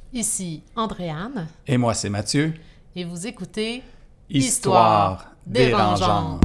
Ici Andréane. Et moi, c'est Mathieu. Et vous écoutez Histoire dérangeante.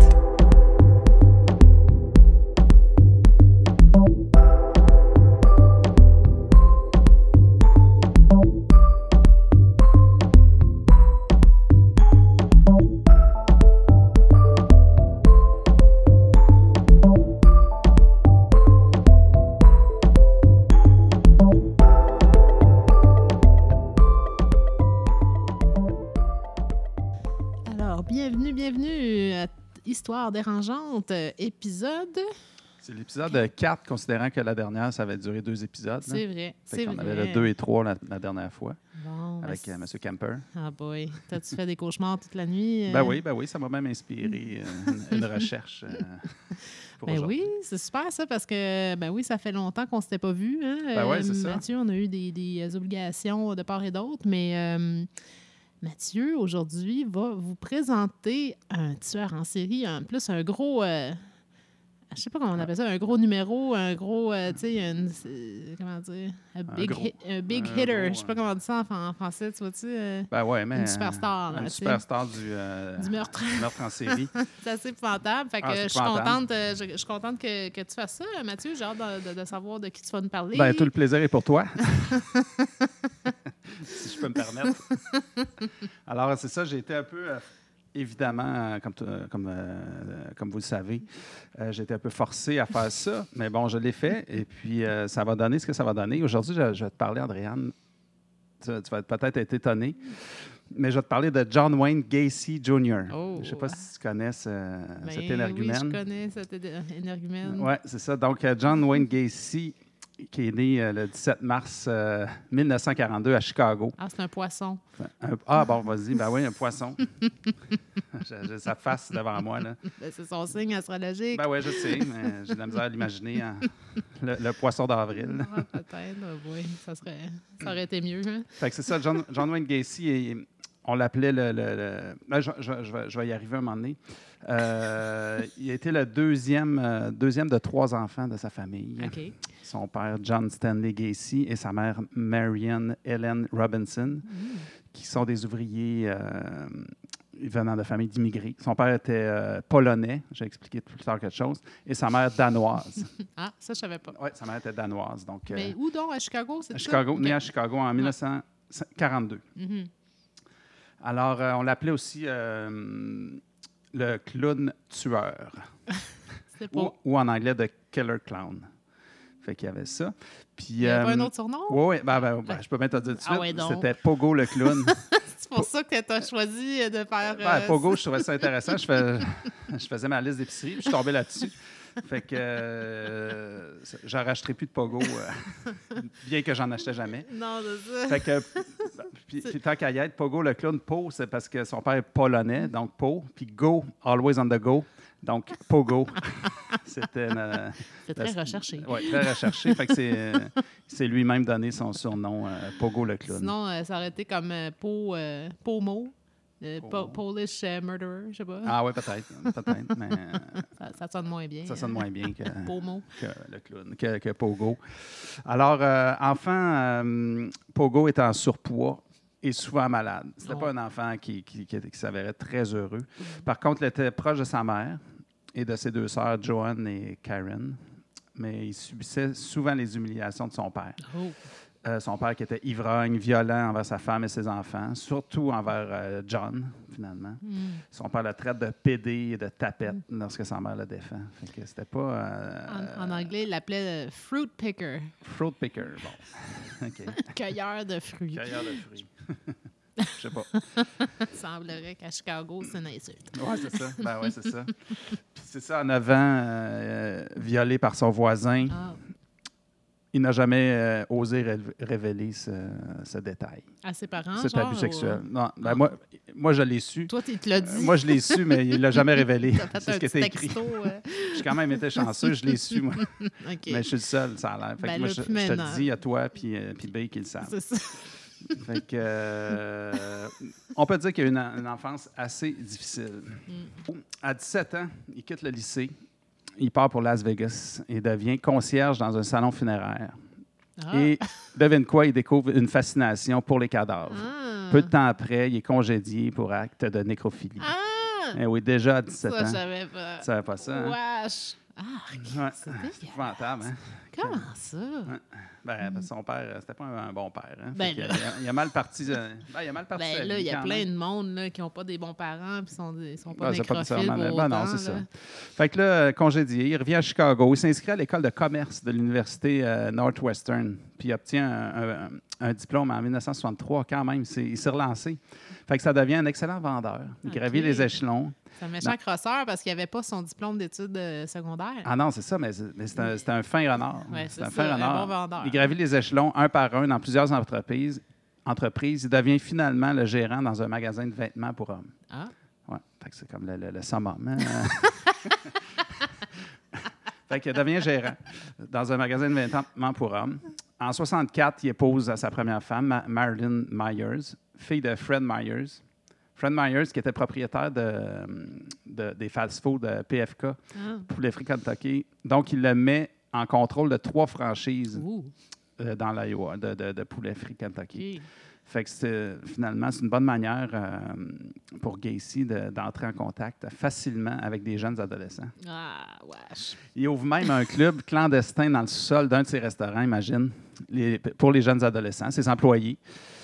Bienvenue à Histoire dérangeante, épisode... C'est l'épisode 4, considérant que la dernière, ça avait duré 2 épisodes. C'est vrai, c'est vrai. On avait le 2 et 3 la dernière fois, bon, avec M. Camper. Ah boy, t'as-tu fait des cauchemars toute la nuit? Ben oui, ça m'a même inspiré une recherche pour aujourd'hui. Oui, c'est super ça, parce que, ça fait longtemps qu'on ne s'était pas vus. Hein? Ben oui, c'est ça. Mathieu, on a eu des obligations de part et d'autre, mais... Mathieu, aujourd'hui, va vous présenter un tueur en série, en plus un gros, je sais pas comment on appelle ça, un gros numéro, un gros, tu sais, comment dire, un big hitter, je sais pas comment dire ça en français, tu vois-tu? Ben ouais, mais une superstar. Là, une superstar du meurtre. meurtre en série. C'est assez épouvantable, fait que je suis contente que tu fasses ça, Mathieu, j'ai hâte de savoir de qui tu vas nous parler. Ben tout le plaisir est pour toi. Si je peux me permettre. Alors, c'est ça, j'ai été un peu, évidemment, comme vous le savez, j'ai été un peu forcé à faire ça, mais bon, je l'ai fait, et puis ça va donner ce que ça va donner. Aujourd'hui, je vais te parler, Andréane, tu vas peut-être être étonné, mais je vais te parler de John Wayne Gacy Jr. Oh. Je ne sais pas si tu connais cet énergumène. Oui, je connais cet énergumène. Oui, c'est ça. Donc, John Wayne Gacy, qui est né le 17 mars 1942 à Chicago. Ah, c'est un poisson. Vas-y. Ben oui, un poisson. J'ai sa face devant moi, là. C'est son signe astrologique. Ben oui, je sais, mais j'ai de la misère à l'imaginer. Le poisson d'avril. Ah, peut-être, oui. Ça aurait été mieux. Hein? Fait que c'est ça, John Wayne Gacy, on l'appelait je vais y arriver un moment donné. Il a été le deuxième de 3 enfants de sa famille. OK. Son père, John Stanley Gacy, et sa mère, Marian Ellen Robinson, qui sont des ouvriers venant de familles d'immigrés. Son père était polonais, j'ai expliqué plus tard quelque chose, et sa mère danoise. Ah, ça, je savais pas. Oui, sa mère était danoise. Donc, mais où donc? À Chicago, c'est ça? Chicago, né à Chicago en 1942. Mm-hmm. Alors, on l'appelait aussi le clown tueur. ou en anglais, The Killer Clown. Fait qu'il y avait ça. Puis, il n'y avait pas un autre surnom? Oui, je peux bien te dire tout de suite. Ouais, c'était Pogo le clown. C'est pour ça que tu as choisi de faire... Pogo, je trouvais ça intéressant. Je faisais ma liste d'épicerie, puis je suis tombé là-dessus. Fait que j'en rachèterai plus de Pogo, bien que j'en achetais jamais. Non, c'est ça. Fait que, puis tant qu'à y être, Pogo le clown, Po, c'est parce que son père est polonais, donc Po, puis Go, always on the go, donc Pogo. C'est très recherché. Oui, très recherché. Fait que c'est lui-même donné son surnom, Pogo le clown. Sinon, ça aurait été comme Pomo. Polish Murderer, je sais pas. Ah oui, peut-être, mais... ça sonne moins bien. Ça sonne moins bien que le clown, que Pogo. Alors, enfant, Pogo est en surpoids et souvent malade. C'était pas un enfant qui s'avérait très heureux. Par contre, il était proche de sa mère et de ses 2 sœurs, Joanne et Karen, mais il subissait souvent les humiliations de son père. Son père qui était ivrogne, violent envers sa femme et ses enfants, surtout envers John, finalement. Son père le traite de pédé et de tapette lorsque sa mère le défend. Fait que c'était pas... En anglais, il l'appelait fruit picker. Fruit picker, bon. OK. Cueilleur de fruits. Cueilleur de fruits. Je sais pas. Il semblerait qu'à Chicago, c'est une insulte. Oui, c'est ça. Ben oui, c'est ça. Puis c'est ça, à 9 ans, violé par son voisin. Ah. Il n'a jamais osé révéler ce détail. À ses parents, cet abus sexuel. Non, ben moi, je l'ai su. Toi, tu te l'as dit. Moi, je l'ai su, mais il ne l'a jamais révélé. C'est ce qui était écrit. J'ai quand même été chanceux, je l'ai su, moi. Okay. Mais je suis le seul, ça a l'air. Fait que moi, je te le dis à toi puis Bay qui le savent. C'est ça. Fait que, on peut dire qu'il y a eu une enfance assez difficile. À 17 ans, il quitte le lycée. Il part pour Las Vegas et devient concierge dans un salon funéraire. Ah. Et devine quoi, il découvre une fascination pour les cadavres. Ah. Peu de temps après, il est congédié pour acte de nécrophilie. Ah! Eh oui, déjà à 17 Ça, je ans. savais pas. Tu savais pas ça, hein? Wesh! Ah, Ouais, c'est c'est épouvantable, hein? Comment ça? Ben, son père, c'était pas un bon père. Hein? Ben Fait là. il a mal parti. Il a mal parti. Ben sa là, vie, il y a quand plein même. de monde là, qui n'ont pas des bons parents puis sont pas Ah, c'est pas nécrophiles nécessairement. pour Ben autant, non, c'est là. ça. Fait que là, congédié, il revient à Chicago. Il s'inscrit à l'école de commerce de l'université Northwestern. Puis il obtient un diplôme en 1963 quand même. Il s'est relancé. Fait que ça devient un excellent vendeur. Il gravit les échelons. C'est un méchant crosseur parce qu'il n'avait pas son diplôme d'études secondaires. Ah non, c'est ça, mais c'est un fin renard. Ouais, c'est un ça, fin renard. un bon vendeur. Il gravit les échelons un par un dans plusieurs entreprises. Il devient finalement le gérant dans un magasin de vêtements pour hommes. Ah. Ouais, fait que c'est comme le summum. Hein? Fait qu'il devient gérant dans un magasin de vêtements pour hommes. En 64, il épouse sa première femme, Marilyn Myers, fille de Fred Myers. Fred Myers, qui était propriétaire des fast-food PFK, Poulet Frit Kentucky. Donc, il le met en contrôle de 3 franchises dans l'Iowa de Poulet Frit Kentucky. Okay. Fait que finalement, c'est une bonne manière pour Gacy d'entrer en contact facilement avec des jeunes adolescents. Ah, wesh. Il ouvre même un club clandestin dans le sous-sol d'un de ses restaurants, imagine, pour les jeunes adolescents, ses employés.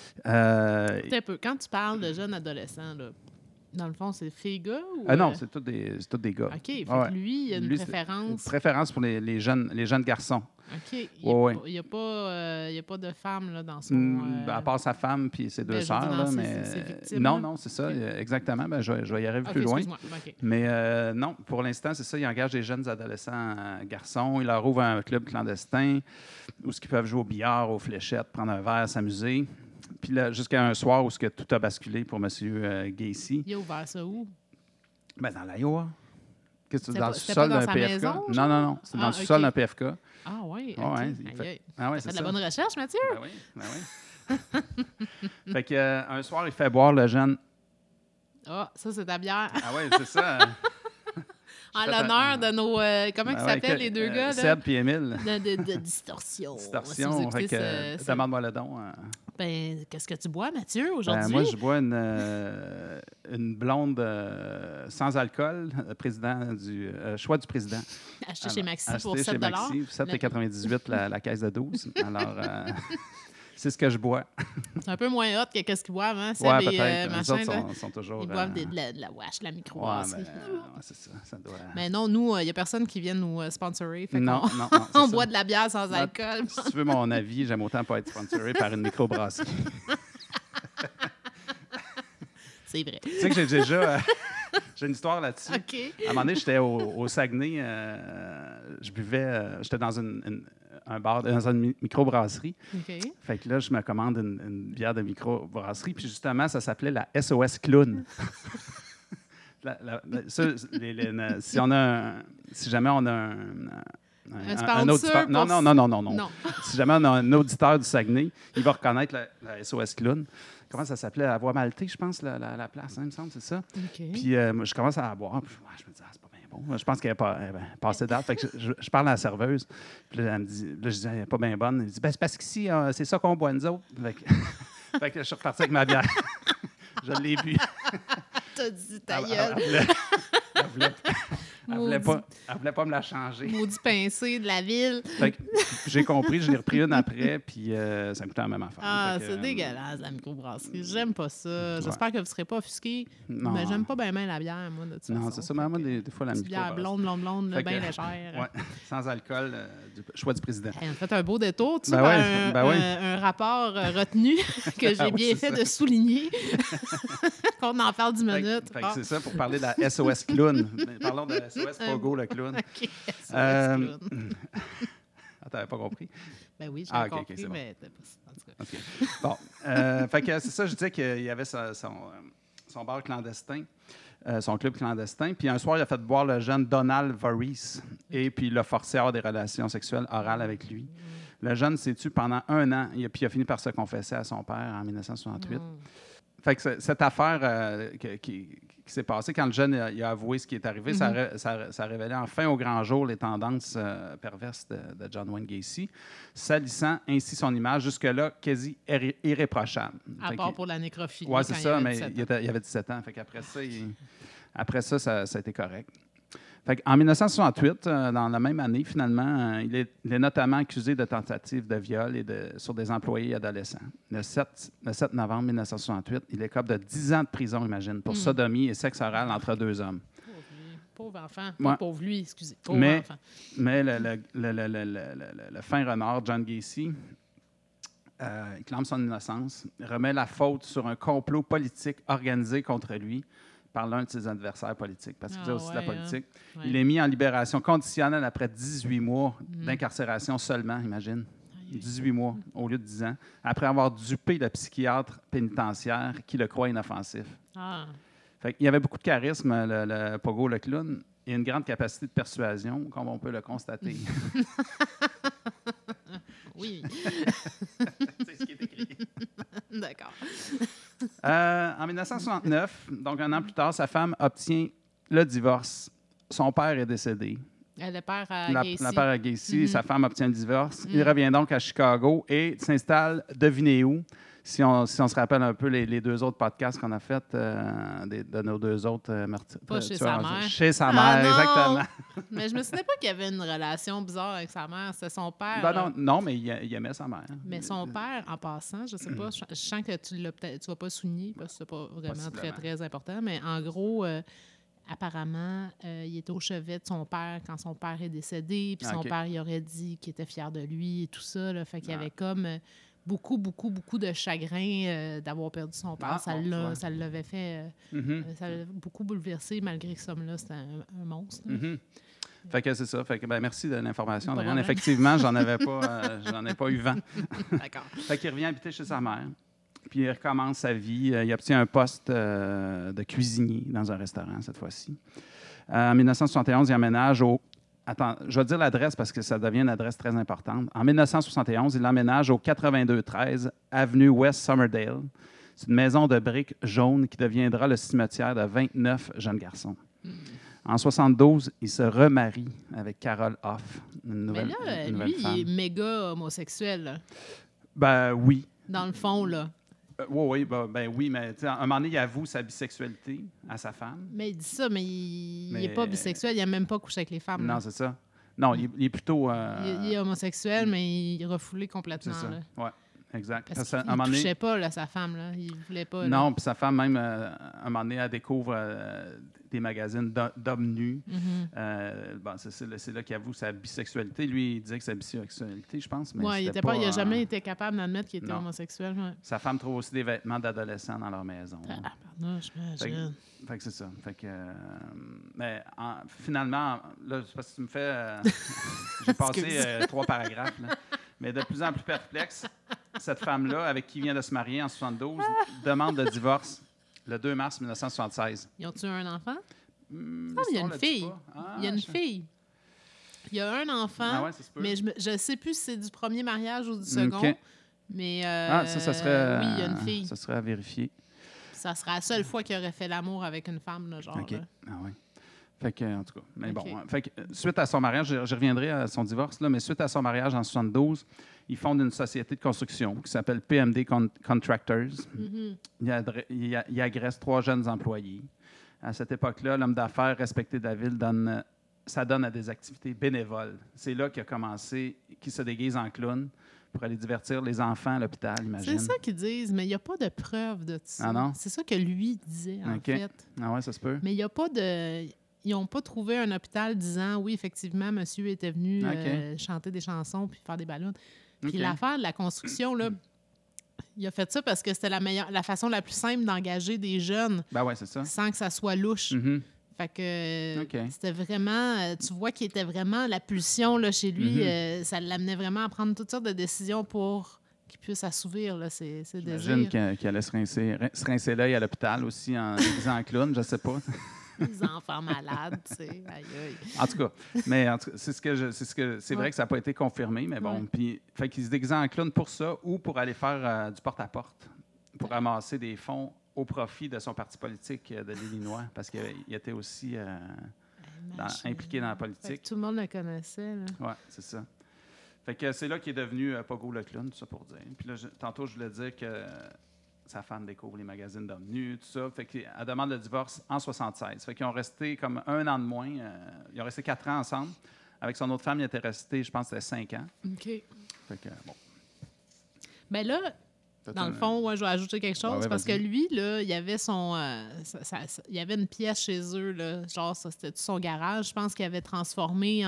Un peu. Quand tu parles de jeunes adolescents, là, dans le fond, c'est filles-gars? Non, c'est tous des gars. OK. Fait que lui, il a une préférence. Une préférence pour les jeunes garçons. OK. Il n'y a pas de femme là, dans son... À part sa femme puis ses 2 sœurs. Là, mais victimes, non, c'est ça, exactement. Ben, je vais y arriver plus loin. Okay. Mais non, pour l'instant, c'est ça. Il engage des jeunes adolescents garçons. Il leur ouvre un club clandestin où ils peuvent jouer au billard, aux fléchettes, prendre un verre, s'amuser. Puis là, jusqu'à un soir où tout a basculé pour M. Gacy. Il a ouvert ça où? Ben, dans l'Iowa. Qu'est-ce que tu dans le sous-sol d'un PFK? Maison, non. C'est dans le sous-sol d'un PFK. Ah oui, OK. Ouais, c'est de la bonne recherche, Mathieu? Ben oui. Fait qu'un soir, il fait boire le jeune. Ah, ça, c'est ta bière. Ah oui, c'est ça. En l'honneur de nos... comment ils s'appellent, les 2 gars? Là? Seb et Émile. De distorsion. Distorsion. Fait que, demande-moi le don. Ben, qu'est-ce que tu bois, Mathieu, aujourd'hui? Moi, je bois une blonde sans alcool, président choix du président. Acheté chez Maxi pour acheté 7 chez Maxi, 7,98 la caisse de 12. Alors, c'est ce que je bois. C'est un peu moins hot que qu'est-ce qu'ils boivent, hein? Oui, peut-être. Les autres sont toujours... Ils boivent de la wash, de la microbrasserie. C'est ça. Ça doit... Mais non, nous, il n'y a personne qui vient nous sponsorer. Fait non. On boit de la bière sans alcool. Si tu veux mon avis, j'aime autant pas être sponsoré par une microbrasserie. C'est vrai. Tu sais que j'ai déjà... j'ai une histoire là-dessus. OK. À un moment donné, j'étais au Saguenay. Je buvais... j'étais dans un bar, dans une microbrasserie. OK. Fait que là, je me commande une bière de microbrasserie. Puis justement, ça s'appelait la SOS Clown. Si jamais on a un auditeur... Non. Si jamais on a un auditeur du Saguenay, il va reconnaître la SOS Clown. Comment ça s'appelait? La Voie Maltais, je pense, la place, hein, il me semble, c'est ça. Okay. Puis je commence à la boire. Puis, je me dis, c'est pas bien bon. Je pense qu'elle est passée date. Fait que je parle à la serveuse. Puis là, elle me dit, je dis, elle n'est pas bien bonne. Elle dit, c'est parce qu'ici, c'est ça qu'on boit, nous autres. Fait que je suis reparti avec ma bière. Je l'ai bu. T'as dit ta gueule. Elle voulait pas me la changer. Maudit pincé de la ville. Fait que j'ai compris, je l'ai repris une après, puis ça me coûtait la même affaire. Ah, c'est dégueulasse, la microbrasserie. J'aime pas ça. J'espère que vous ne serez pas offusqués. Non. Mais j'aime pas bien la bière, moi, de toute façon. Non, c'est ça. Mais moi, des fois, la microbrasserie. Bière blonde, bien légère. Oui, sans alcool, choix du président. On a fait un beau détour, tu sais, un rapport retenu que j'ai bien fait de souligner. Qu'on en parle 10 minutes. Fait que c'est ça, pour parler de la SOS Clown. Parlons de la SOS Pogo, le clown. OK, SOS Clown. T'avais pas compris? Ben oui, j'ai compris, bon. mais t'as pas... En tout cas. OK. Bon, fait que c'est ça, je disais qu'il y avait son bar clandestin, son club clandestin. Puis un soir, il a fait boire le jeune Donald Voorhees et puis il l'a forcé à avoir des relations sexuelles orales avec lui. Le jeune s'est tué pendant 1 an, puis il a fini par se confesser à son père en 1968. Fait que cette affaire qui s'est passée quand le jeune il a avoué ce qui est arrivé, ça révélait enfin au grand jour les tendances perverses de John Wayne Gacy, salissant ainsi son image jusque-là quasi irréprochable. À part pour la nécrophilie. Oui, c'est quand ça, il mais avait il avait 17 ans. Fait qu'après ça, ça a été correct. En 1968, dans la même année, finalement, il est notamment accusé de tentative de viol sur des employés adolescents. Le 7 novembre 1968, il écope de 10 ans de prison, imagine, pour sodomie et sexe oral entre deux hommes. Pauvre lui. Pauvre enfant. Ouais. Pas pauvre lui, excusez. Pauvre enfant. Mais le fin renard, John Gacy, il clame son innocence, remet la faute sur un complot politique organisé contre lui par l'un de ses adversaires politiques, parce qu'il faisait aussi de la politique. Ouais. Il est mis en libération conditionnelle après 18 mois d'incarcération seulement, imagine. 18 mois au lieu de 10 ans, après avoir dupé le psychiatre pénitentiaire qui le croit inoffensif. Il y avait beaucoup de charisme, le Pogo le clown, et une grande capacité de persuasion, comme on peut le constater. Oui. C'est ce qui est écrit. D'accord. En 1969, donc un an plus tard, sa femme obtient le divorce. Son père est décédé. Le père à Gacy. La père à Gacy, sa femme obtient le divorce. Il revient donc à Chicago et s'installe, devinez où, si on se rappelle un peu les deux autres podcasts qu'on a faits de nos deux autres meurtriers. Pas chez sa mère. Chez sa mère, exactement. Mais je me souvenais pas qu'il y avait une relation bizarre avec sa mère. C'était son père. Non, mais il aimait sa mère. Mais son père, en passant, je sais pas, je sens que tu vas pas souligner parce que c'est pas vraiment très, très important, mais en gros, apparemment, il était au chevet de son père quand son père est décédé, puis son père, il aurait dit qu'il était fier de lui et tout ça. Là, fait qu'il y avait comme beaucoup de chagrin d'avoir perdu son père. Ça l'avait fait... ça l'a beaucoup bouleversé, malgré que ce homme-là, c'était un monstre. Fait que c'est ça. Fait que, merci de l'information, Adrienne. Effectivement, j'en ai pas eu vent. D'accord. Fait qu'il revient habiter chez sa mère. Puis il recommence sa vie. Il obtient un poste de cuisinier dans un restaurant, cette fois-ci. En 1971, il emménage au... Attends, je vais dire l'adresse parce que ça devient une adresse très importante. En 1971, il emménage au 8213 avenue West Somerdale. C'est une maison de briques jaunes qui deviendra le cimetière de 29 jeunes garçons. En 1972, il se remarie avec Carol Hoff, une nouvelle lui, femme. il est méga homosexuel. Là. Ben oui. Dans le fond, là. Oui, mais à un moment donné, il avoue sa bisexualité à sa femme. Mais il dit ça, mais il n'est pas bisexuel. Il n'a même pas couché avec les femmes. Non, là. c'est ça. Non, il est plutôt... Il est homosexuel, mais il est refoulé complètement. C'est ça, oui, exact. Parce qu'il ne touchait pas là, sa femme. Là. Il ne voulait pas. Non, puis sa femme, même, à un moment donné, elle découvre des magazines d'hommes nus. C'est là qu'il avoue sa bisexualité. Lui, il disait que sa bisexualité, je pense. Oui, il n'a jamais été capable d'admettre qu'il était homosexuel. Ouais. Sa femme trouve aussi des vêtements d'adolescents dans leur maison. Pardon, j'imagine. Fait que c'est ça. Fait que, mais finalement, là, c'est parce que tu me fais... j'ai passé 3 paragraphes. Là. Mais de plus en plus perplexe, cette femme-là, avec qui il vient de se marier en 72, demande le divorce le 2 mars 1976. Ils ont-tu un enfant? Il y a une fille. Il y a une fille. Il y a un enfant, mais je ne sais plus si c'est du premier mariage ou du second. Okay. Mais ça serait... oui, il y a une fille. Ça serait à vérifier. Ça serait la seule fois qu'il aurait fait l'amour avec une femme, là, genre. OK. Là. Ah oui. Fait que, en tout cas, mais bon. Fait que, suite à son mariage, je reviendrai à son divorce, là, mais suite à son mariage en 72, il fonde une société de construction qui s'appelle PMD Contractors. Il agresse 3 jeunes employés. À cette époque-là, l'homme d'affaires respecté de la ville donne à des activités bénévoles. C'est là qu'il a commencé, qu'il se déguise en clown pour aller divertir les enfants à l'hôpital, imagine. C'est ça qu'ils disent, mais il n'y a pas de preuve de ça. Ah non? C'est ça que lui disait, en fait. Ah ouais, ça se peut. Mais il n'y a pas de... Ils n'ont pas trouvé un hôpital disant, oui, effectivement, monsieur était venu chanter des chansons puis faire des ballons. Puis l'affaire de la construction, là, il a fait ça parce que c'était la façon la plus simple d'engager des jeunes. Ben ouais, c'est ça. Sans que ça soit louche. Fait que c'était vraiment... tu vois qu'il était vraiment... La pulsion, là, chez lui, ça l'amenait vraiment à prendre toutes sortes de décisions pour qu'il puisse assouvir là, ses désirs. J'imagine qu'il allait se rincer l'œil à l'hôpital aussi en déguisant en clown, je sais pas. Les enfants malades, tu sais. Aïe, aïe. En tout cas, c'est vrai que ça n'a pas été confirmé, mais bon. Puis, fait qu'il se déguisait en clown pour ça ou pour aller faire du porte-à-porte, pour ramasser des fonds au profit de son parti politique de l'Illinois, parce qu'il était aussi impliqué dans la politique. Tout le monde le connaissait. Oui, c'est ça. Fait que c'est là qu'il est devenu Pogo le clown, tout ça pour dire. Puis là, tantôt, je voulais dire que sa femme découvre les magazines d'hommes nus, tout ça. Fait qu'elle demande le divorce en 76. Fait qu'ils ont resté comme 1 an de moins. Ils ont resté 4 ans ensemble. Avec son autre femme, il était resté, je pense, c'était 5 ans. OK. Fait que, bon. Ben là, dans le fond, je vais ajouter quelque chose, parce que lui, là, il y avait il y avait une pièce chez eux, là, genre, ça, c'était tout son garage. Je pense qu'il avait transformé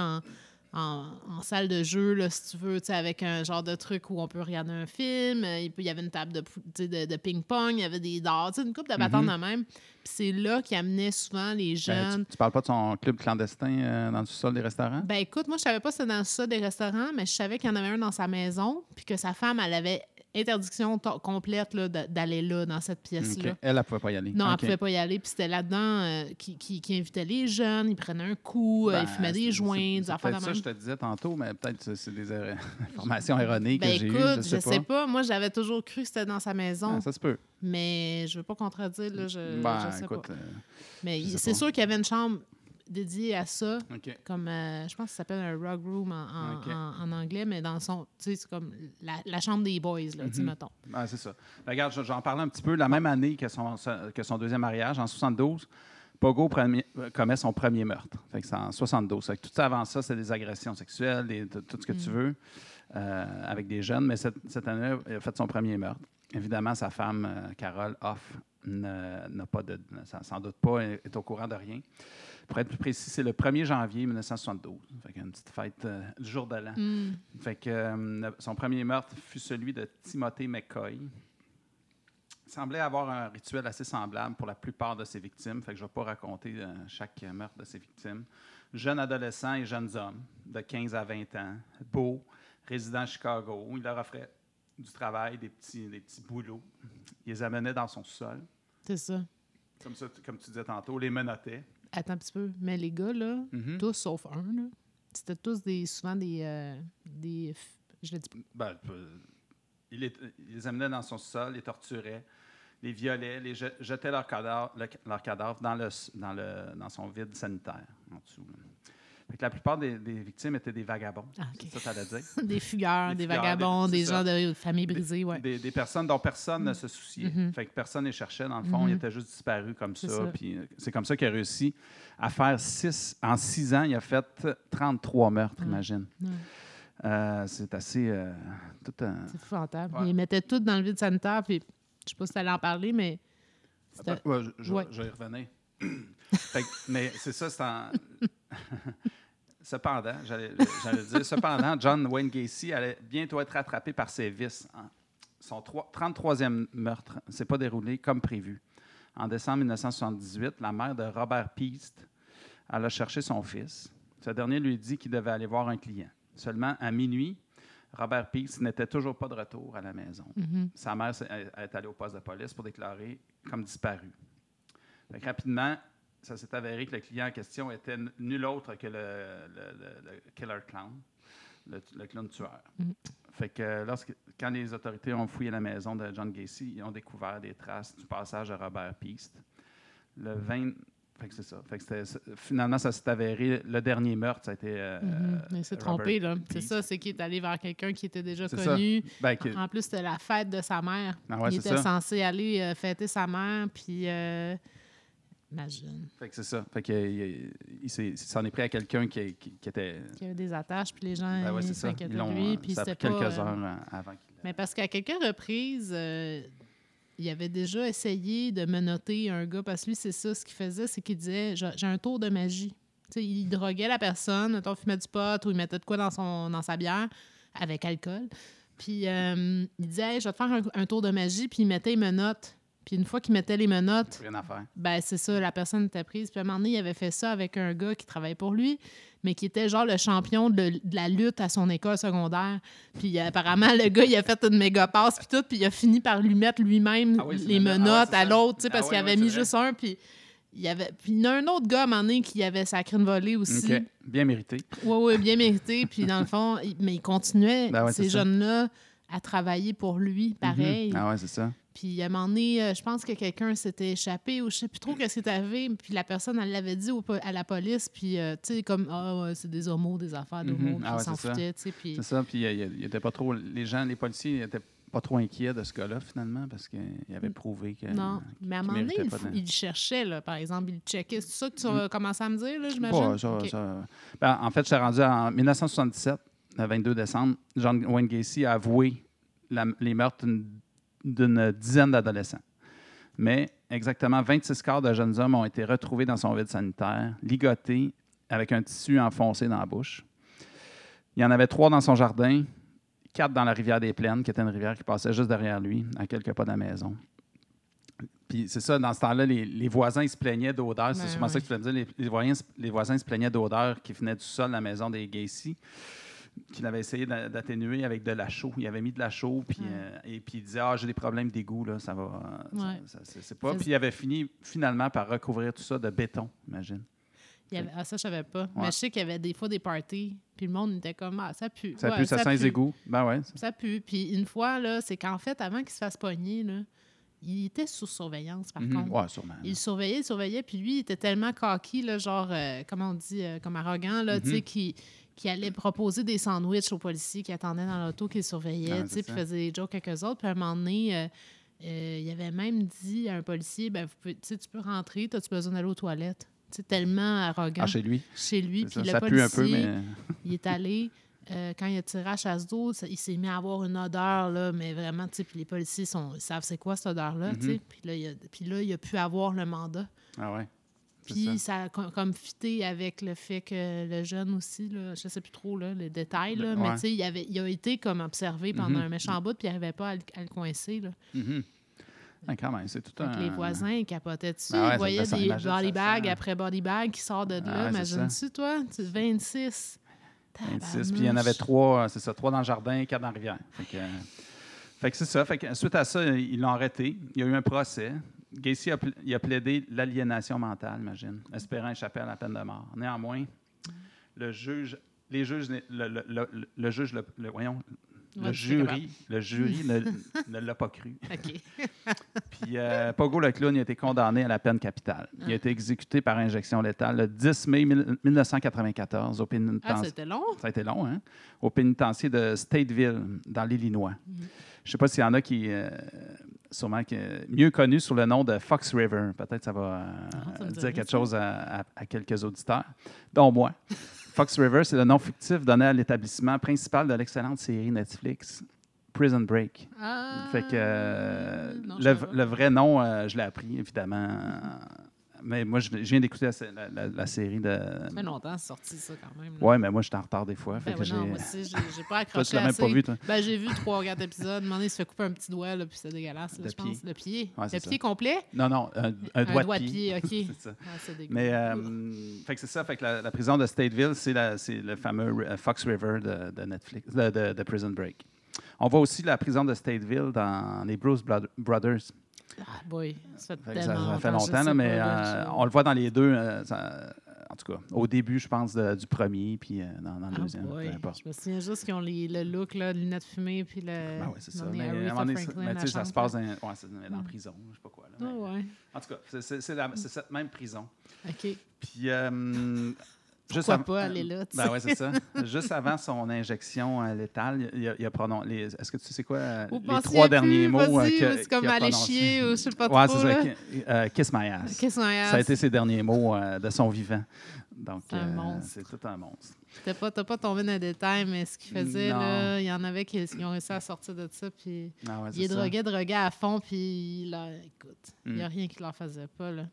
en salle de jeu, là, si tu veux, avec un genre de truc où on peut regarder un film. Il y avait une table de ping-pong, il y avait des dards, une couple de bâtons de même. Puis c'est là qu'il amenait souvent les jeunes. Tu parles pas de son club clandestin dans le sous-sol des restaurants? Ben écoute, moi, je savais pas si c'était dans le sous-sol des restaurants, mais je savais qu'il y en avait un dans sa maison, puis que sa femme, elle avait interdiction complète là, d'aller là, dans cette pièce-là. Okay. Elle ne pouvait pas y aller. Non, elle ne pouvait pas y aller. Puis c'était là-dedans qui invitait les jeunes, ils prenaient un coup, ils fumaient des joints, des affaires de même. Ça, je te disais tantôt, mais peut-être que c'est des informations erronées que j'ai eues. Écoute, je sais pas. Moi, j'avais toujours cru que c'était dans sa maison. Ah, ça se peut. Mais je veux pas contredire, là, je sais écoute, pas. Mais c'est sûr qu'il y avait une chambre dédié à ça, comme je pense que ça s'appelle un rug room en anglais, mais dans le son, tu sais, c'est comme la chambre des boys, là, tu sais, mettons. Ah, c'est ça. Regarde, j'en parlais un petit peu. La même année que son deuxième mariage, en 72, Pogo commet son premier meurtre. Fait que c'est en 72. Fait que tout ça avant ça, c'est des agressions sexuelles, tout ce que tu veux, avec des jeunes. Mais cette année, il a fait son premier meurtre. Évidemment, sa femme, Carole Hoff, n'a pas sans doute pas, est au courant de rien. Pour être plus précis, c'est le 1er janvier 1972. Fait qu'une petite fête du jour de l'an. Fait que son premier meurtre fut celui de Timothy McCoy. Il semblait avoir un rituel assez semblable pour la plupart de ses victimes. Fait que je ne vais pas raconter chaque meurtre de ses victimes. Jeunes adolescents et jeunes hommes de 15 à 20 ans, beaux, résidents à Chicago. Il leur offrait du travail, des petits boulots. Il les amenait dans son sol. C'est ça. Comme tu disais tantôt, les menottait. Attends un petit peu. Mais les gars, là, tous sauf un, là, c'était tous souvent des je le dis pas. Il les amenait dans son sol, les torturait, les violait, les jetait leur cadavre dans son vide sanitaire en dessous. Fait que la plupart des victimes étaient des vagabonds. Ah, okay. C'est ça, t'allais dire? Des fugueurs, des vagabonds, des gens de famille brisée, ouais. Des personnes dont personne ne se souciait. Fait que personne ne les cherchait. Dans le fond, ils étaient juste disparus comme ça. Puis c'est comme ça qu'il a réussi à faire en 6 ans, il a fait 33 meurtres, imagine. C'est assez... c'est épouvantable. Ouais. Ils mettaient tout dans le vide sanitaire, puis je sais pas si tu allais en parler, mais... je vais y revenir. Mais c'est ça, c'est en... Cependant, j'allais dire, John Wayne Gacy allait bientôt être rattrapé par ses vices. Son 33e meurtre ne s'est pas déroulé comme prévu. En décembre 1978, la mère de Robert Piest alla chercher son fils. Ce dernier lui dit qu'il devait aller voir un client. Seulement, à minuit, Robert Piest n'était toujours pas de retour à la maison. Sa mère est allée au poste de police pour déclarer comme disparu. Rapidement, ça s'est avéré que le client en question était nul autre que le killer clown, le clown tueur. Fait que quand les autorités ont fouillé la maison de John Gacy, ils ont découvert des traces du passage de Robert Piest. Le 20... Fait que c'est ça. Fait que finalement, ça s'est avéré. Le dernier meurtre, ça a été. Il s'est trompé, là. C'est ça, c'est qu'il est allé vers quelqu'un qui était déjà connu. En plus, c'était la fête de sa mère. Il était censé aller fêter sa mère, puis. Imagine. Fait que c'est ça. Fait qu'il s'en est pris à quelqu'un qui était... Qui avait des attaches, puis les gens s'inquiétaient de lui. Puis ça a pris quelques heures avant qu'il... Mais parce qu'à quelques reprises, il avait déjà essayé de menotter un gars, parce que lui, c'est ça, ce qu'il faisait, c'est qu'il disait « J'ai un tour de magie ». Il droguait la personne, il fumait du pot ou il mettait de quoi dans sa bière, avec alcool. Puis il disait hey, « Je vais te faire un tour de magie », puis il mettait les menottes. Puis une fois qu'il mettait les menottes, rien à faire. Ben c'est ça, la personne était prise. Puis à un moment donné, il avait fait ça avec un gars qui travaillait pour lui, mais qui était genre le champion de la lutte à son école secondaire. Puis apparemment, le gars, il a fait une méga passe puis tout, puis il a fini par lui mettre lui-même les menottes à l'autre, parce qu'il avait mis juste un, puis il y a un autre gars à un moment donné qui avait sacré une volée aussi. OK. Bien mérité. Oui, bien mérité. Puis dans le fond, mais il continuait, ces jeunes-là, à travailler pour lui, pareil. Ah ouais, c'est ça. Puis à un moment donné, je pense que quelqu'un s'était échappé ou je sais plus trop ce qui s'est arrivé. Puis la personne, elle l'avait dit à la police. Puis, tu sais, comme, ouais, c'est des homos, des affaires d'homos. Puis Ah ouais, ils s'en c'est ça. foutaient, tu sais. Puis... C'est ça. Puis il était pas trop... Les policiers n'étaient pas trop inquiets de ce gars-là, finalement, parce qu'il avait prouvé que... Non, mais à un moment donné, il le cherchait, là, par exemple. Il le checkait. C'est ça que tu as commencé à me dire, là, j'imagine? Ben, en fait, je suis rendu en 1977, le 22 décembre. John Wayne Gacy a avoué les meurtres d'une dizaine d'adolescents. Mais exactement 26 corps de jeunes hommes ont été retrouvés dans son vide sanitaire, ligotés, avec un tissu enfoncé dans la bouche. Il y en avait 3 dans son jardin, 4 dans la rivière des Plaines, qui était une rivière qui passait juste derrière lui, à quelques pas de la maison. Puis c'est ça, dans ce temps-là, les voisins ils se plaignaient d'odeurs. C'est sûrement ça que tu voulais me dire. Les voisins se plaignaient d'odeurs qui venaient du sol de la maison des Gacy, qu'il avait essayé d'atténuer avec de la chaux. Il avait mis de la chaux, puis, et puis il disait « Ah, j'ai des problèmes d'égout, là, ça va... c'est pas... » Puis il avait fini finalement par recouvrir tout ça de béton, imagine. Ça, je savais pas. Ouais. Mais je sais qu'il y avait des fois des parties, puis le monde était comme « Ah, ça pue. » Ça pue, ça sent les égouts. Ben ouais. Ça pue. Puis une fois, là, c'est qu'en fait, avant qu'il se fasse pogner, là, il était sous surveillance, par contre. Oui, sûrement. Il surveillait, puis lui, il était tellement cocky, là, genre, comment on dit, comme arrogant, là, tu sais, qui allait proposer des sandwichs aux policiers qui attendaient dans l'auto, qui le surveillaient, tu sais, puis faisait des jokes avec eux autres. Puis à un moment donné, il avait même dit à un policier, ben, tu peux rentrer, as-tu besoin d'aller aux toilettes? C'est tellement arrogant. Ah, chez lui? Chez lui. Puis le ça policier, pue un peu, mais... il est allé... quand il a tiré à chasse d'eau, il s'est mis à avoir une odeur, là, mais vraiment, tu sais, puis les policiers ils savent c'est quoi cette odeur-là, tu sais. Puis là, il a pu avoir le mandat. Ah ouais. Puis ça a comme fité avec le fait que le jeune aussi, là, je sais plus trop là, les détails, là, mais tu sais, il a été comme observé pendant un méchant bout, puis il n'arrivait pas à le coincer, là. Ah, quand même, c'est tout les voisins capotaient dessus. Ah ouais, ils voyaient des body bags après body bag qui sortent de là. Imagine-tu, toi? 26. 26, puis il y en avait 3, c'est ça, 3 dans le jardin, 4 dans la rivière. Fait que c'est ça. Fait que suite à ça, ils l'ont arrêté. Il y a eu un procès. Gacy a plaidé l'aliénation mentale, imagine, espérant échapper à la peine de mort. Néanmoins, le jury ne l'a pas cru. OK. Puis Pogo le clown a été condamné à la peine capitale. Il a été exécuté par injection létale le 10 mai 1994 au pénitencier. Ah, c'était long? Ça a été long, hein? Au pénitencier de Stateville, dans l'Illinois. Je ne sais pas s'il y en a qui... sûrement mieux connu sous le nom de Fox River. Peut-être ça va dire quelque chose à quelques auditeurs, dont moi. Fox River, c'est le nom fictif donné à l'établissement principal de l'excellente série Netflix Prison Break. Fait que le vrai nom, je l'ai appris, évidemment. Mais moi, je viens d'écouter la série de... Ça fait longtemps c'est sorti, ça, quand même. Oui, mais moi, je suis en retard des fois. Fait que non, moi aussi, j'ai pas accroché. Toi, tu l'as même pas vu, toi? Ben, j'ai vu 3 ou 4 épisodes. À un moment donné, il se fait couper un petit doigt, là, puis c'est dégueulasse, là, je pense. Le pied. Ouais, le pied complet? Non, un doigt de pied. OK. C'est ça. C'est dégueu. Mais, fait que c'est ça. Fait que la prison de Stateville, c'est le fameux Fox River de Netflix, de Prison Break. On voit aussi la prison de Stateville dans les Blues Brothers. Ah, boy, ça fait longtemps, là, mais on le voit dans les deux. En tout cas, au début, je pense, du premier, puis dans le deuxième. Je me souviens juste qu'ils ont le look, là, lunettes fumées, puis le... Ben oui, c'est ça. Mais ça se passe dans la prison, je sais pas quoi. Là, ouais. En tout cas, c'est cette même prison. OK. Puis... Pourquoi pas aller là, tu sais? Ben oui, c'est ça. Juste avant son injection létale, il a prononcé... Est-ce que tu sais quoi? Les 3 derniers mots c'est comme aller chier ou je sais pas trop. Oui, c'est ça. Kiss my ass. Kiss my ass. Ça a été ses derniers mots de son vivant. Donc, c'est tout un monstre. T'as pas tombé dans les détails, mais ce qu'il faisait, là, il y en avait qui ont réussi à sortir de ça, puis il droguait à fond, puis là, écoute, il n'y a rien qui leur faisait pas, là.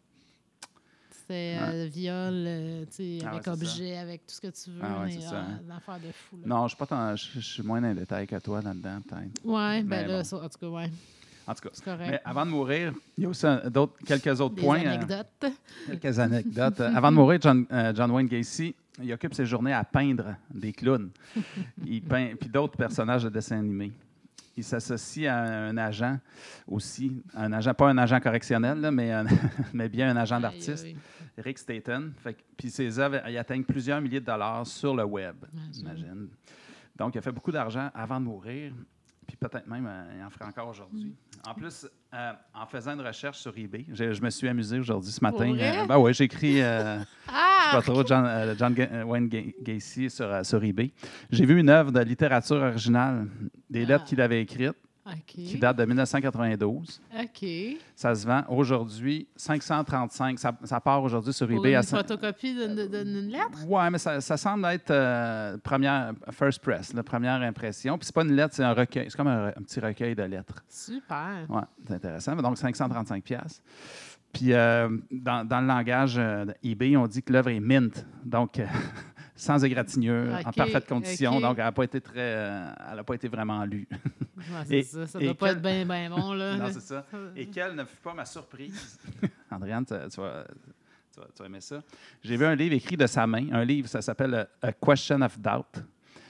C'était viol, avec objet, avec tout ce que tu veux. L'affaire de fou. Là. Non, je suis moins dans les détails que toi là-dedans, peut-être. Oui, ben là, ça, en tout cas, ouais. En tout cas, c'est correct. Mais avant de mourir, il y a aussi quelques autres points. Anecdotes. Quelques anecdotes. Avant de mourir, John Wayne Gacy, il occupe ses journées à peindre des clowns. Il peint, puis d'autres personnages de dessins animés. Il s'associe à un agent aussi, pas un agent correctionnel, là, mais bien un agent d'artiste, Rick Staten. Puis ses œuvres, ils atteignent plusieurs milliers de dollars sur le web, imagine. Donc, il a fait beaucoup d'argent avant de mourir. Puis peut-être même, il en ferait encore aujourd'hui. En plus, en faisant une recherche sur eBay, je me suis amusé aujourd'hui, ce matin. Pour vrai? Ben oui, j'ai écrit, je sais pas trop, Wayne Gacy sur eBay. J'ai vu une œuvre de littérature originale, des lettres qu'il avait écrites, qui datent de 1992. OK. Ça se vend aujourd'hui 535. Ça part aujourd'hui sur Pour eBay. une photocopie d'une lettre? Oui, mais ça semble être première first press, la première impression. Puis c'est pas une lettre, c'est un recueil. C'est comme un petit recueil de lettres. Super. Oui, c'est intéressant. Donc 535 pièces. Puis dans le langage eBay, on dit que l'œuvre est mint. Donc sans égratignure, en parfaite condition. Donc elle n'a pas été elle a pas été vraiment lue. Ouais, ça doit pas être bien bon, là. Non, c'est ça. Et quelle ne fut pas ma surprise? Andréane, tu vas aimer ça. J'ai vu un livre écrit de sa main. Un livre, ça s'appelle A Question of Doubt.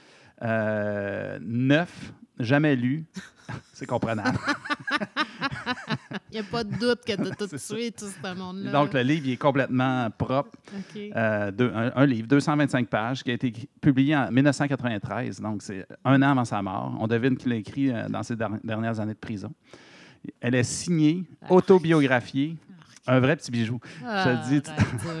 9, jamais lu. C'est comprenable. Il n'y a pas de doute que tu as tout tué, tout ce monde-là. Donc, le livre il est complètement propre. Okay. Un livre, 225 pages, qui a été publié en 1993. Donc, c'est un an avant sa mort. On devine qu'il l'a écrit dans ses dernières années de prison. Elle est signée, autobiographiée, un vrai petit bijou. Je te dis.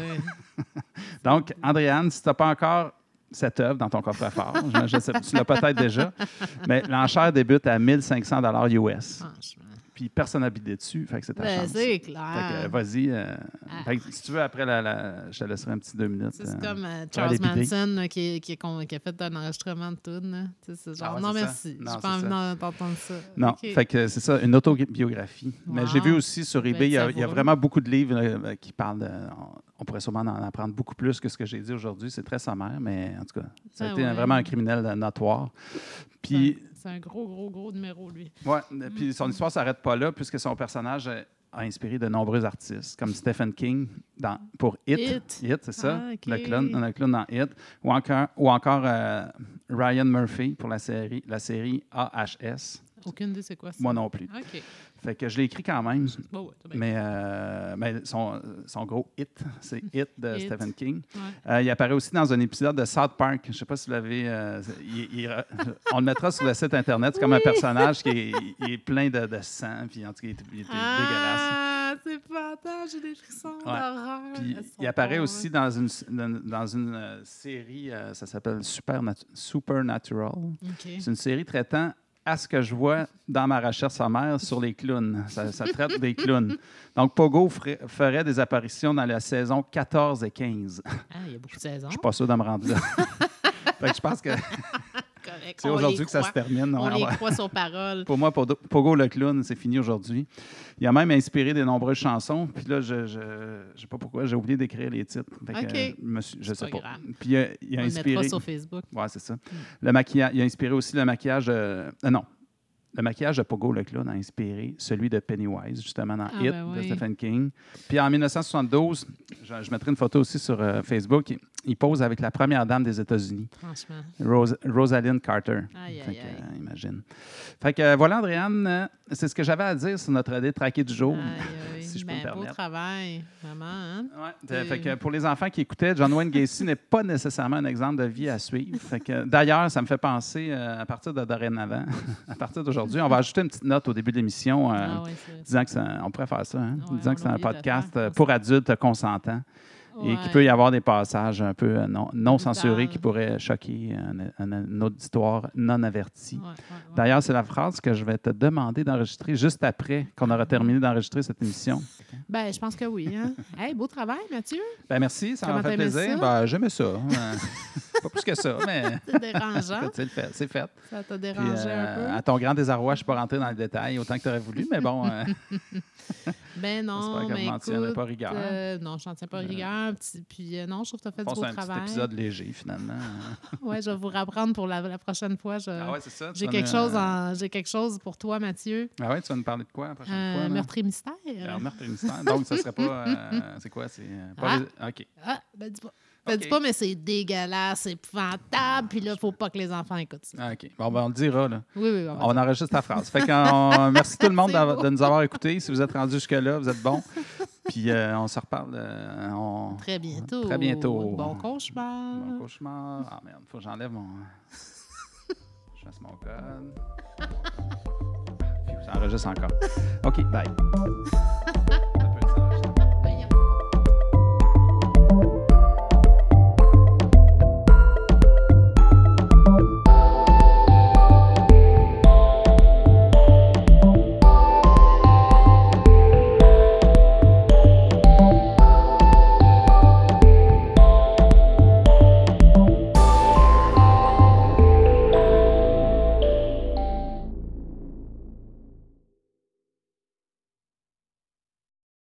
Donc, Andréane, si tu n'as pas encore cette œuvre dans ton coffre-fort, je sais, tu l'as peut-être déjà, mais l'enchère débute à 1500 $ US. Franchement. Puis personne n'a bidé dessus, fait que c'est ta chance. C'est clair. Fait que, vas-y. Si tu veux, après, je te laisserai un petit 2 minutes. C'est comme Charles Manson qui a fait un enregistrement de tune. C'est genre, non, merci. Je n'ai pas envie d'entendre ça. Non, fait que c'est ça, une autobiographie. Wow. Mais j'ai vu aussi sur eBay, il y a vraiment beaucoup de livres qui parlent de... On pourrait sûrement en apprendre beaucoup plus que ce que j'ai dit aujourd'hui. C'est très sommaire, mais en tout cas, ça a été vraiment un criminel notoire. Puis... C'est un gros numéro, lui. Oui, puis son histoire ne s'arrête pas là, puisque son personnage a inspiré de nombreux artistes, comme Stephen King pour It. It, c'est ça, le clown dans It. Ou encore Ryan Murphy pour la série AHS. Aucune idée c'est quoi ça? Moi non plus. OK. Fait que je l'ai écrit quand même. Oh, ouais, mais son gros hit, c'est It de Stephen King. Ouais. Il apparaît aussi dans un épisode de South Park. Je ne sais pas si vous l'avez... on le mettra sur le site Internet. C'est comme un personnage qui est plein de sang. Puis en tout cas, il est dégueulasse. Ah, c'est pas... Attends, j'ai des frissons d'horreur. Puis il apparaît aussi dans une série, ça s'appelle Supernatural. Okay. C'est une série traitant à ce que je vois dans ma recherche sommaire sur les clowns. Ça traite des clowns. Donc, Pogo ferait des apparitions dans la saison 14 et 15. Ah, il y a beaucoup de saisons. Je suis pas sûr de me rendre là. Fait que je pense que c'est aujourd'hui que ça se termine. On les croit sur parole. Pour moi, Pogo le clown, c'est fini aujourd'hui. Il a même inspiré des nombreuses chansons. Puis là, je sais pas pourquoi, j'ai oublié d'écrire les titres. Fait que, je sais pas. Puis il a inspiré... On le mettra sur Facebook. Oui, c'est ça. Il a inspiré aussi le maquillage... Le maquillage de Pogo le clown a inspiré celui de Pennywise, justement, dans It, de Stephen King. Puis en 1972, je mettrai une photo aussi sur Facebook, il pose avec la première dame des États-Unis. Franchement. Rosalind Carter. Aïe. Imagine. Fait que voilà, Andréane, c'est ce que j'avais à dire sur notre détraqué du jour, si je peux me permettre. Beau travail, vraiment. Hein? Ouais. Fait que pour les enfants qui écoutaient, John Wayne Gacy n'est pas nécessairement un exemple de vie à suivre. Fait que, d'ailleurs, ça me fait penser, à partir de dorénavant, à partir d'aujourd'hui, on va ajouter une petite note au début de l'émission disant on pourrait faire ça, hein? Disant que c'est un podcast pour adultes consentants. Et qu'il peut y avoir des passages un peu non censurés qui pourraient choquer un auditoire non averti. D'ailleurs, c'est la phrase que je vais te demander d'enregistrer juste après qu'on aura terminé d'enregistrer cette émission. Ben, je pense que oui. Hein? Hey, beau travail, Mathieu. Ben, merci, ça m'a fait plaisir. Ben, j'aimais ça. Pas plus que ça, mais... C'est dérangeant. C'est fait. Ça t'a dérangé un peu? À ton grand désarroi, je ne suis pas rentré dans les détails autant que tu aurais voulu, mais bon... Ben non, mais écoute... pas rigueur. Non, je n'en tiens pas rigueur. Puis non, je trouve que tu as fait du beau travail. C'est un petit épisode léger, finalement. Oui, je vais vous rapprendre pour la prochaine fois. C'est ça. J'ai quelque chose pour toi, Mathieu. Ah ouais, tu vas nous parler de quoi la prochaine fois? Meurtre et mystère. Meurtre et mystère. Donc, ça serait pas... c'est quoi? C'est pas OK. Ben dis pas. Dis pas, mais c'est dégueulasse, c'est épouvantable, puis là, il ne faut pas que les enfants écoutent ça. OK. Bon, ben, on le dira, là. Oui. On enregistre ta phrase. Fait que merci tout le monde de nous avoir écoutés. Si vous êtes rendus jusque-là, vous êtes bons. Puis on se reparle. Très bientôt. Très bientôt. Bon cauchemar. Bon cauchemar. Ah, merde, il faut que j'enlève mon... fasse mon code. Ça enregistre encore. OK, bye.